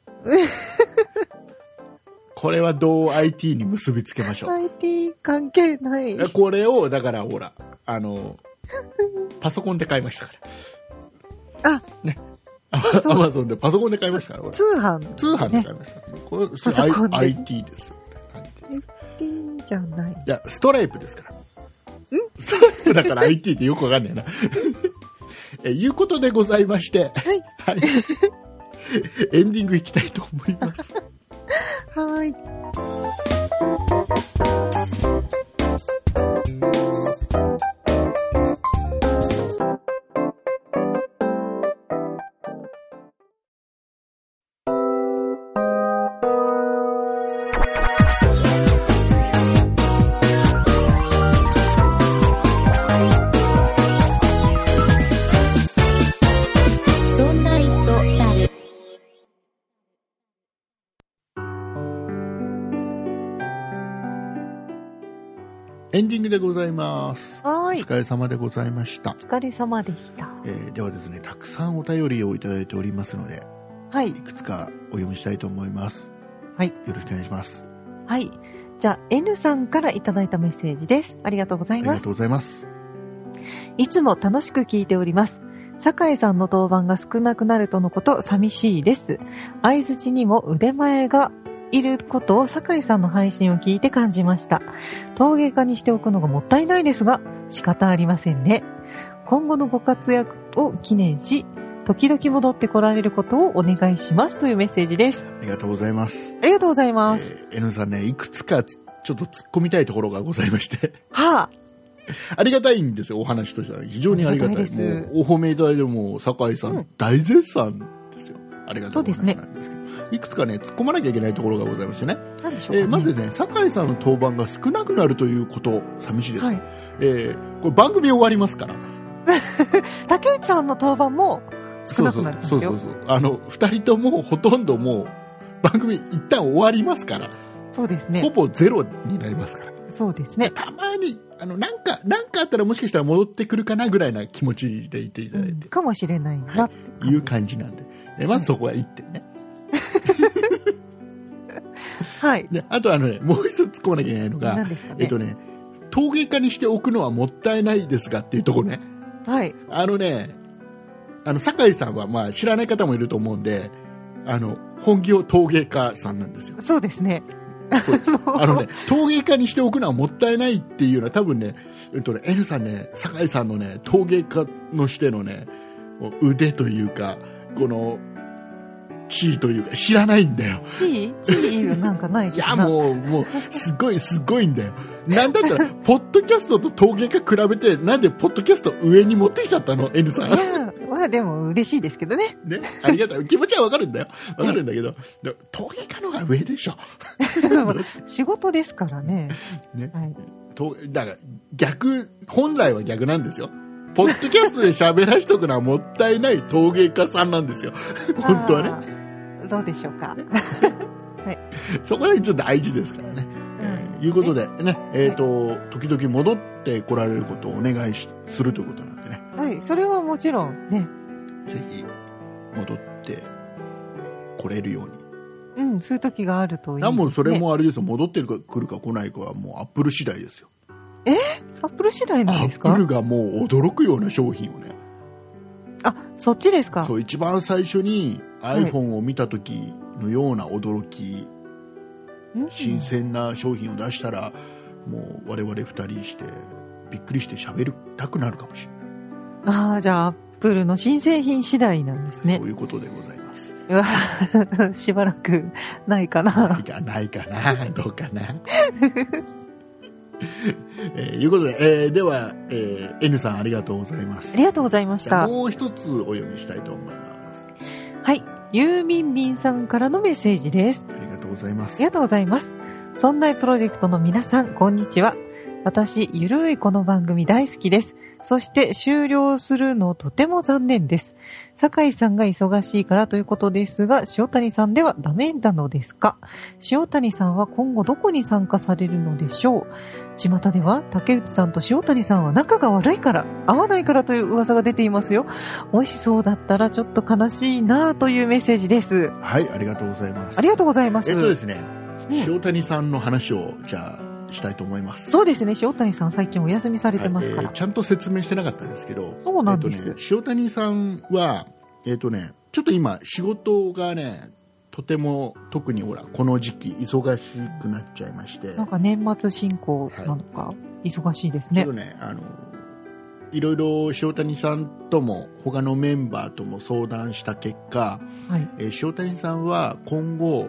これはどう IT に結びつけましょう。 IT 関係ない。 これをだからほらパソコンで買いましたからね。アマゾンでパソコンで買いましたから。 通販で買いました、ね、これパソコンで IT ですよ。 IT じゃない。いやストライプですから。ストライプだから IT ってよくわかんないないうことでございまして、はい、エンディングいきたいと思いますはい。 エンディングでございます。 はい。 お疲れ様でございました。 お疲れ様でした。 ではですね、たくさんお便りをいただいておりますので、 はい。 いくつかお読みしたいと思います。 はい。 よろしくお願いします。 はい。じゃあ、N さんからいただいたメッセージです。ありがとうございます。 ありがとうございます。 いつも楽しく聞いております。酒井さんの当番が少なくなるとのこと、寂しいです。相槌にも腕前がいることを酒井さんの配信を聞いて感じました。陶芸家にしておくのがもったいないですが、仕方ありませんね。今後のご活躍を記念し、時々戻ってこられることをお願いしますというメッセージです。 ありがとうございます。 ありがとうございます。 N さんね、いくつかちょっと突っ込みたいところがございまして。 はあ。 ありがたいんですよ、お話としては。非常にありがたい。 です。 もうお褒めいただいても、酒井さん、大絶賛ですよ。ありがとうございます。そうですね。いくつかね、突っ込まなきゃいけないところがございましてね。 何でしょうかね。 まずですね、酒井さんの当番が少なくなるということ、寂しいです。 はい。 これ番組終わりますから。 竹内さんの当番も少なくなるんですよ。 そう。二人ともほとんどもう、番組一旦終わりますから。 そうですね。 ほぼゼロになりますから。 そうですね。 たまに、なんかあったらもしかしたら戻ってくるかなぐらいな気持ちでいていただいて。 かもしれないなっていう感じなんで。まずそこは1点ね。 はい。 で、あともう一つ突っ込まなきゃいけないのが、 何ですかね。 陶芸家にしておくのはもったいないですがっていうところね。 はい。 酒井さんはまあ知らない方もいると思うんで、本業陶芸家さんなんですよ。 そうですね。 陶芸家にしておくのはもったいないっていうのは多分ね、N さんね、酒井さんのね、陶芸家のしてのね、腕というか、この、地位というか、知らないんだよ。 地位なんかないかな。 いや、もう、すごいんだよ。なんだったら、ポッドキャストと陶芸家比べて、なんでポッドキャスト上に持ってきちゃったの ?N さん。 いや、まあでも嬉しいですけどね。 ね、ありがたい。気持ちはわかるんだよ。わかるんだけど、陶芸家の方が上でしょ。 仕事ですからね。 ね。 はい。 だから、本来は逆なんですよ。ポッドキャストで喋らしとくのはもったいない陶芸家さんなんですよ。本当はね。 どうでしょうか。はい。 そこはちょっと大事ですからね。いうことでね、時々戻って来られることをお願いするということなんでね。 はい、それはもちろんね。 ぜひ、戻って来れるように。うん、そういう時があるといいですね。 もうそれもあれですよ、戻ってくるか来ないかはもうアップル次第ですよ。 アップル次第なんですか？ アップルがもう驚くような商品をね。 あ、そっちですか？ そう、一番最初に iPhone を見た時のような驚き、新鮮な商品を出したら、もう我々二人してびっくりして喋りたくなるかもしれない。 ああ、じゃあアップルの新製品次第なんですね。 そういうことでございます。 しばらくないかな。 ないかな、どうかな。いうことで、では、N さんありがとうございます。 ありがとうございました。 もう一つお読みしたいと思います。 はい。ゆうみんみんさんからのメッセージです。 ありがとうございます。 ありがとうございます。そんなプロジェクトの皆さん、こんにちは。私、ゆるいこの番組大好きです。そして終了するのとても残念です。酒井さんが忙しいからということですが、塩谷さんではダメなのですか？塩谷さんは今後どこに参加されるのでしょう？巷では竹内さんと塩谷さんは仲が悪いから、合わないからという噂が出ていますよ。もしそうだったらちょっと悲しいなというメッセージです。 はい、ありがとうございます。 ありがとうございます。 ですね、塩谷さんの話をじゃあしたいと思います。 そうですね、塩谷さん最近お休みされてますから、 ちゃんと説明してなかったんですけど、 そうなんです、 塩谷さんはちょっと今仕事がね、とても特にほらこの時期忙しくなっちゃいまして、 なんか年末進行なのか、忙しいですね。 ちょっとね、いろいろ塩谷さんとも他のメンバーとも相談した結果、 はい、 塩谷さんは今後、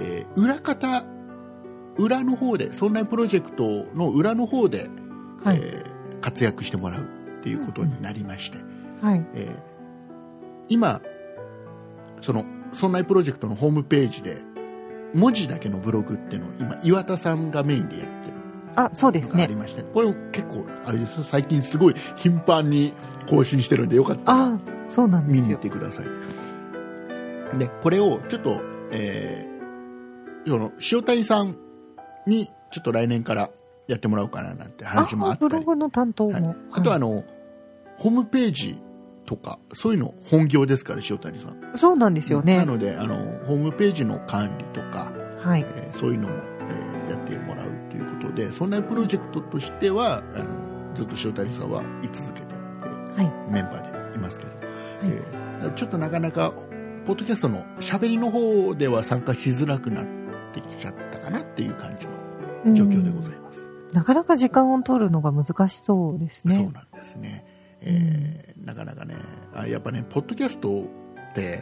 裏の方で、そんなプロジェクトの裏の方で、はい、活躍してもらうっていうことになりまして、 はい、 今そんなプロジェクトのホームページで文字だけのブログっていうのを今岩田さんがメインでやってる。 あ、そうですね。 ありまして、これ結構あれです。最近すごい頻繁に更新してるんでよかったらそうなんですよ。 見に行ってください。でこれをちょっと、塩谷さんにちょっと来年からやってもらおうかななんて話もあったり、 ブログの担当も、 はいはい、 あとはホームページとかそういうの本業ですから塩谷さん。 そうなんですよね。 なのでホームページの管理とか、 はい、 そういうのも、やってもらうということで、そんなプロジェクトとしてはずっと塩谷さんは居続けて、はい、メンバーでいますけど、はい、ちょっとなかなかポッドキャストの喋りの方では参加しづらくなってきちゃったかなっていう感じの状況でございます。 なかなか時間を取るのが難しそうですね。 そうなんですね。なかなかね、やっぱね、ポッドキャストって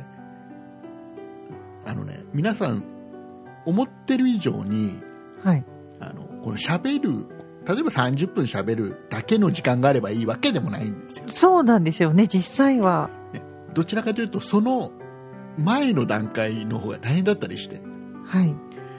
皆さん思ってる以上に、はい、この喋る、例えば30分喋るだけの時間があればいいわけでもないんですよ。 そうなんですよね、実際は、 ね、どちらかというとその前の段階の方が大変だったりして、はい、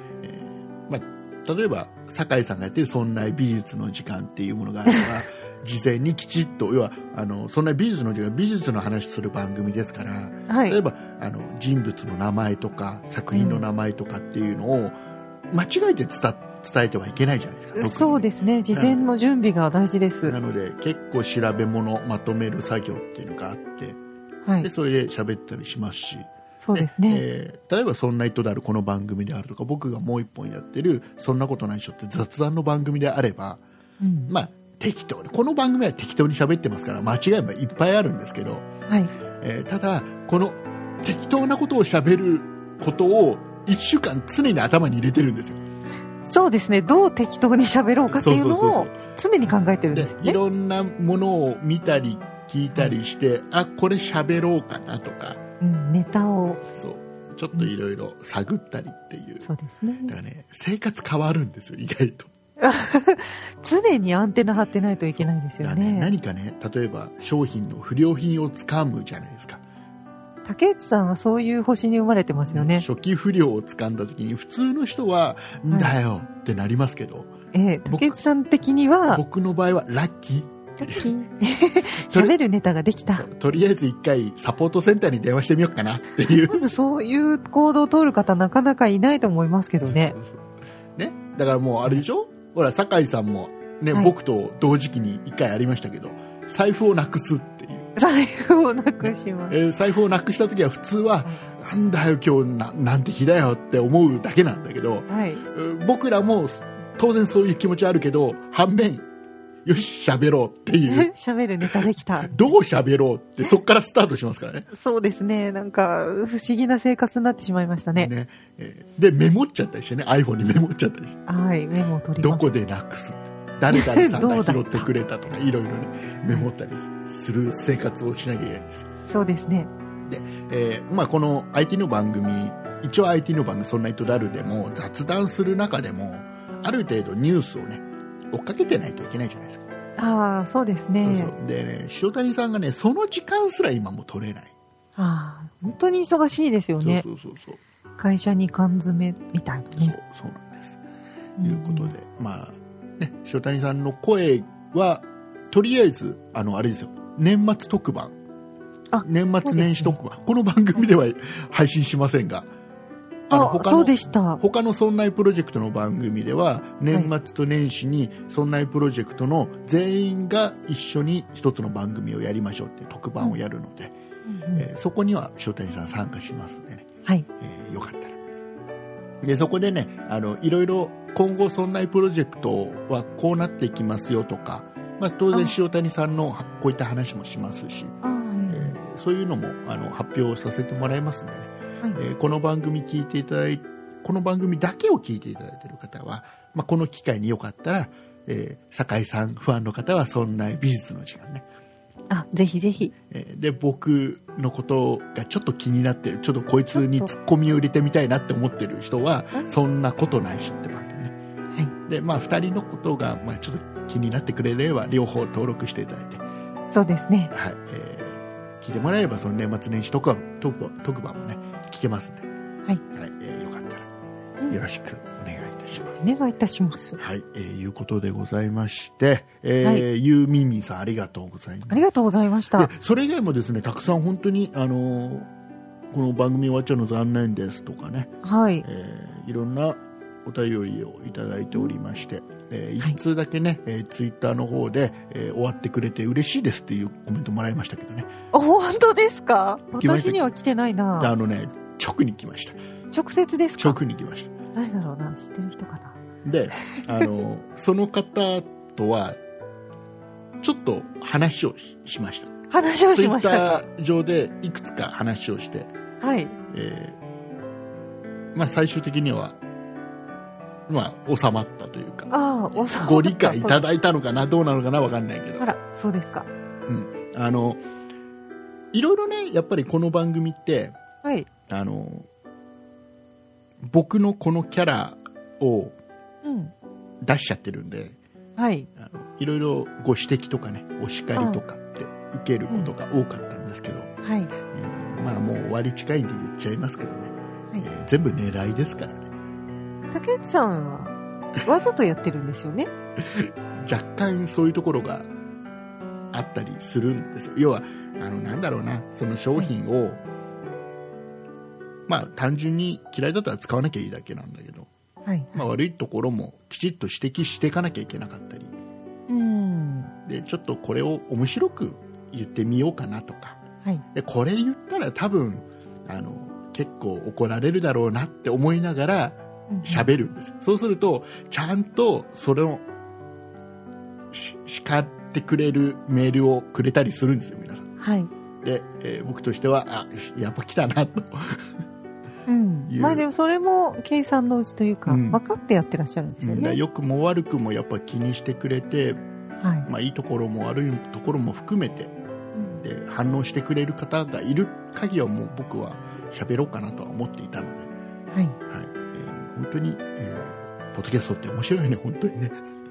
例えば酒井さんがやってるそんな美術の時間っていうものがあれば事前にきちっと、要はそんな美術の時間、美術の話する番組ですから、はい、例えば人物の名前とか作品の名前とかっていうのを間違えて伝えてはいけないじゃないですか。 そうですね、事前の準備が大事です。 なので結構調べ物まとめる作業っていうのがあって、はい、でそれで喋ったりしますし、 そうですね、 例えばそんな人であるこの番組であるとか、僕がもう一本やってるそんなことないっしょって雑談の番組であれば、まあ適当に、この番組は適当に喋ってますから間違いもいっぱいあるんですけど、はい、ただこの適当なことを喋ることを1週間常に頭に入れてるんですよ。 そうですね、どう適当に喋ろうかっていうのを常に考えてるんですよね。 いろんなものを見たり聞いたりして、あ、これ喋ろうかなとか、 ネタをそうちょっといろいろ探ったりっていう、 そうですね。 だからね、生活変わるんですよ、意外と。 常にアンテナ張ってないといけないですよね。 何かね、例えば商品の不良品をつかむじゃないですか。 竹内さんはそういう星に生まれてますよね。 初期不良をつかんだ時に普通の人は、んだよってなりますけど、 竹内さん的には僕の場合はラッキー喋るネタができた。 とりあえず一回サポートセンターに電話してみようかなっていう。 まずそういう行動を取る方なかなかいないと思いますけどね。 ね、だからもうあれでしょ、ほら酒井さんもね、はい、僕と同時期に一回ありましたけど、財布をなくすっていう。 財布をなくします。 財布をなくした時は普通は、なんだよ今日なんて日だよって思うだけなんだけど、はい、僕らも当然そういう気持ちあるけど、反面よし喋ろうっていう喋るネタできた、 どう喋ろうってそっからスタートしますからね。 そうですね、なんか不思議な生活になってしまいましたね。 でメモっちゃったりしてね、 iPhone にメモっちゃったりして、はい、 メモを取ります。 どこでなくすって、誰々さんが拾ってくれたとかいろいろねメモったりする生活をしなきゃいけないんですよ。 そうですね。 で、この IT の番組、一応 IT の番組そんな人だるでも雑談する中でもある程度ニュースをね追っかけてないといけないじゃないですか。 ああ、そうですね。 そうそうでね、塩谷さんがねその時間すら今も取れない。 ああ、本当に忙しいですよね。 そう会社に缶詰みたいなね。 そうなんです。ということで、ね、塩谷さんの声はとりあえずあれですよ、年末特番、年末年始特番、この番組では配信しませんが、 そうでした。 他のそんないプロジェクトの番組では年末と年始にそんないプロジェクトの全員が一緒に一つの番組をやりましょうっていう特番をやるので、そこには塩谷さん参加しますんでね、はい、よかったら。でそこでね、いろいろ今後そんないプロジェクトはこうなっていきますよとか、当然塩谷さんのこういった話もしますし、そういうのも発表させてもらいますんでね、この番組聞いていただいて、この番組だけを聞いていただいている方は、この機会によかったら、酒井さんファンの方はそんな美術の時間ね、 ぜひぜひ、 で僕のことがちょっと気になってる、ちょっとこいつにツッコミを入れてみたいなって思ってる人はそんなことないしって番組ね、はい、で2人のことがちょっと気になってくれれば両方登録していただいて、 そうですね、 はい、聞いてもらえればその年末年始特番もね聞けますんで、はい、よかったらよろしくお願いいたします。 お願いいたします。 はい、いうことでございまして、ゆうみみさんありがとうございます。 ありがとうございました。 それ以外もですね、たくさん本当にこの番組終わっちゃうの残念ですとかね、はい、いろんなお便りをいただいておりまして、1通だけね、ツイッターの方で、終わってくれて嬉しいですっていうコメントもらいましたけどね。 本当ですか？私には来てないな。 直に来ました。 直接ですか？ 直に来ました。 誰だろうな、知ってる人かな。 で、その方とはちょっと話をしました。 話をしましたか？ ツイッター上でいくつか話をして、 はい。 最終的には収まったというか、 ご理解いただいたのかな、どうなのかな、分かんないけど。 あら、そうですか。 うん、いろいろね、やっぱりこの番組って、 はい、 僕のこのキャラを出しちゃってるんで、 はい、 いろいろご指摘とかね、お叱りとかって受けることが多かったんですけど、 はい、 もう終わり近いんで言っちゃいますけどね、 はい、 全部狙いですからね。 竹内さんはわざとやってるんですよね。 若干そういうところがあったりするんですよ。要はなんだろうな、その商品を、単純に嫌いだったら使わなきゃいいだけなんだけど、はい、悪いところもきちっと指摘していかなきゃいけなかったり、でちょっとこれを面白く言ってみようかなとか、はい、でこれ言ったら多分結構怒られるだろうなって思いながら喋るんです、そうするとちゃんとそれを叱ってくれるメールをくれたりするんですよ、皆さん。 はい。 で、僕としてはやっぱ来たなとでもそれも計算のうちというか、分かってやってらっしゃるんですよね。 良くも悪くもやっぱ気にしてくれて、はい、いいところも悪いところも含めて、で反応してくれる方がいる限りはもう僕は喋ろうかなとは思っていたので、はい、本当に、ポッドキャストって面白いね、本当にね。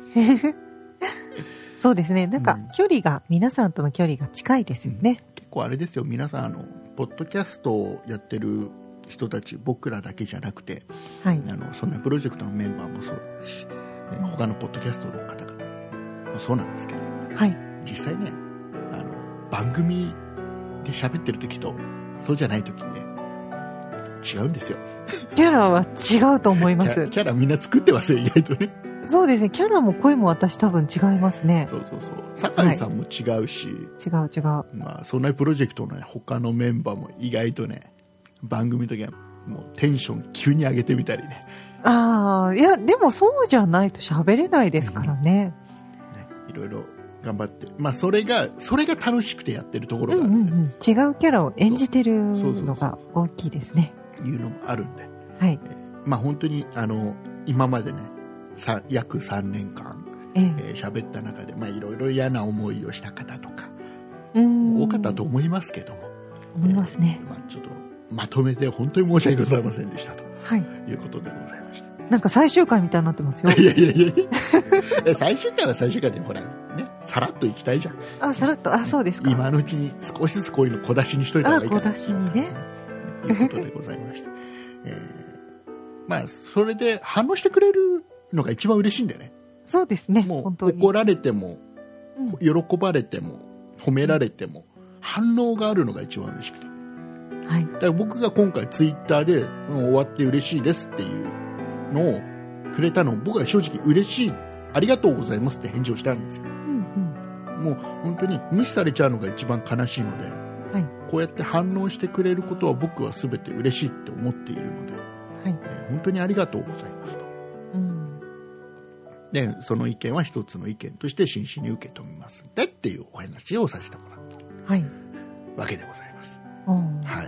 そうですね、なんか距離が、皆さんとの距離が近いですよね。 結構あれですよ、皆さんポッドキャストをやってる人たち、僕らだけじゃなくて、はい、そんなプロジェクトのメンバーもそうですし、他のポッドキャストの方々もそうなんですけど、はい、実際ね、番組で喋ってる時とそうじゃない時ね、違うんですよ。 キャラは違うと思います。 キャラみんな作ってますよ、意外とね。 そうですね、キャラも声も私多分違いますね。 そう酒井さんも違うし、 はい、違う、 そんなプロジェクトの、ね、他のメンバーも意外とね、番組の時はもうテンション急に上げてみたりね。 いやでもそうじゃないと喋れないですからね。 いろいろ頑張って、それが楽しくてやってるところがあるんで、 違うキャラを演じてるのが大きいですね。 いうのもあるんで、 はい、 本当に今までね、約3年間喋った中で、いろいろ嫌な思いをした方とか多かったと思いますけども、 思いますね。 ちょっとまとめて本当に申し訳ございませんでしたと、はい、いうことでございました。 なんか最終回みたいになってますよ。 いや最終回は最終回でほらね、さらっといきたいじゃん。 さらっと、そうですか。 今のうちに少しずつこういうの小出しにしといた方がいいかな。 小出しにね。 いうことでございました。それで反応してくれるのが一番嬉しいんだよね。 そうですね。 もう本当に怒られても、喜ばれても褒められても、反応があるのが一番嬉しくて、はい、だから僕が今回ツイッターで、終わって嬉しいですっていうのをくれたのを、僕は正直嬉しい、ありがとうございますって返事をしたんですよ。もう本当に無視されちゃうのが一番悲しいので、はい、こうやって反応してくれることは僕は全て嬉しいって思っているので、はい、本当にありがとうございますと、でその意見は一つの意見として真摯に受け止めますんでっていうお話をさせてもらったわけでございます。はい、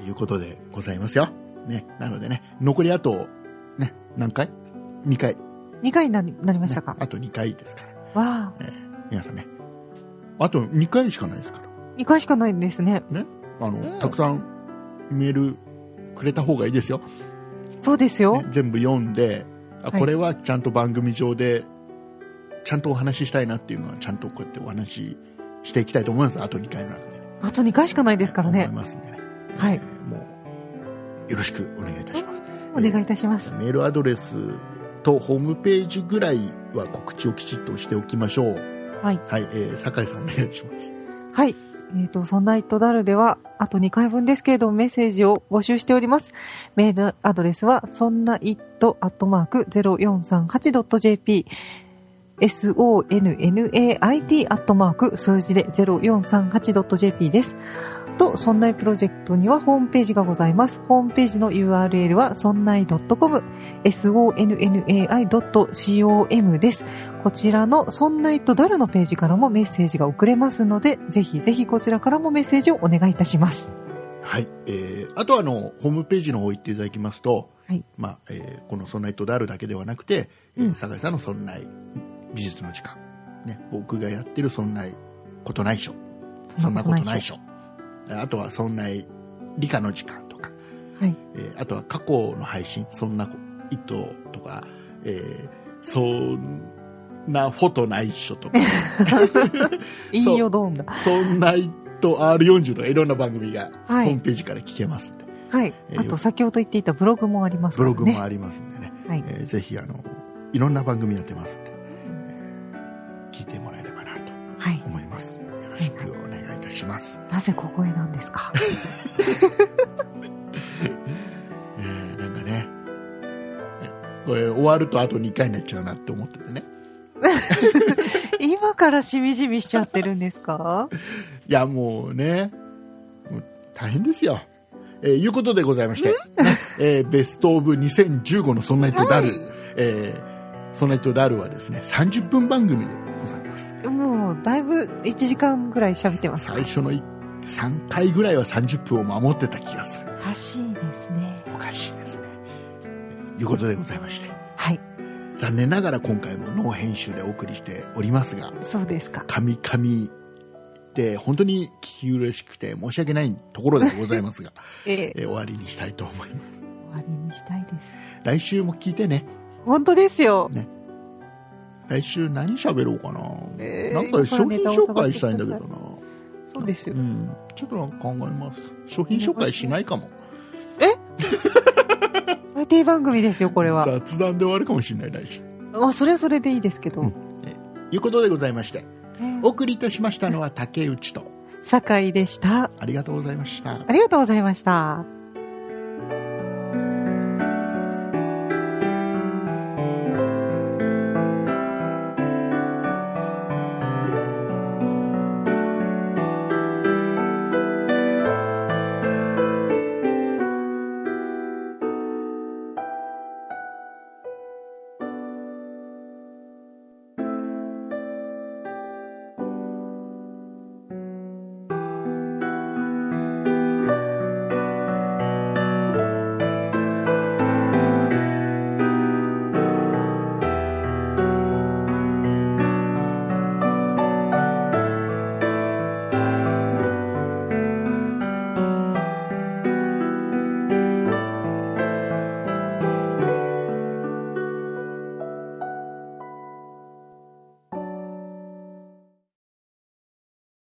いうことでございますよ、ね、なのでね、残りあと、ね、何回 ?2 回になりましたか、 ね、あと2回ですから、 わ皆さんね、あと2回しかないですから。 2回しかないんですね。 たくさんメールくれた方がいいですよ。 そうですよ、 ね、全部読んで、これはちゃんと番組上でちゃんとお話ししたいなっていうのはちゃんとこうやってお話ししていきたいと思います。あと2回の中で、 あと2回しかないですからね。 思いますんでね、 はい、 もうよろしくお願いいたします。 お願いいたします。 メールアドレスとホームページぐらいは告知をきちっとしておきましょう。はい、はい、酒井さんお願いします。 はい、 そんなイットダルでは、あと2回分ですけれども、メッセージを募集しております。メールアドレスは、そんな it@0438.jp、sonnait 数字で 0438.jp です。と、そんないプロジェクトにはホームページがございます。ホームページの URL は、そんない .com、sonnai.com です。こちらのそんないとダルのページからもメッセージが送れますので、ぜひぜひこちらからもメッセージをお願いいたします。 はい。あとはホームページの方行っていただきますと、 はい。 このそんないとダルだけではなくて、酒井さんのそんない美術の時間、ね、僕がやってるそんないことないしょ、そんなことないしょ、あとはそんない理科の時間とか、 はい。 あとは過去の配信、そんな糸とか、そんなフォトないっしょとかいいよどんだ。 そんな糸 R40 とかいろんな番組がホームページから聞けますんで、 はい。あと先ほど言っていたブログもありますからね。 ブログもありますんでね、 はい。 ぜひいろんな番組やってますんで、聞いてもらえればなと思います。よろしくお願いいたします。 なぜ小声なんですか？ なんかね、これ終わるとあと2回になっちゃうなって思っててね。 今からしみじみしちゃってるんですか？ いやもうね、大変ですよ。いうことでございまして、ベストオブ2015のそんな糸ダル、そんな糸ダルはですね、30分番組でございます。 もうだいぶ1時間ぐらい喋ってますか？ 最初の3回ぐらいは30分を守ってた気がする。 おかしいですね。 おかしいですね。いうことでございまして、 はい。 残念ながら今回もノー編集でお送りしておりますが、 そうですか。 神々で本当に聞き苦しくて申し訳ないところでございますが、終わりにしたいと思います。 終わりにしたいです。 来週も聞いてね。 本当ですよ。 ね。来週何喋ろうかな。なんか商品紹介したいんだけどな。 そうですよ。 ちょっと考えます。商品紹介しないかも。 定番組ですよこれは。 雑談で終わるかもしれない来週。 それはそれでいいですけど。 いうことでございまして、お送りいたしましたのは竹内と酒井でした。 ありがとうございました。 ありがとうございました。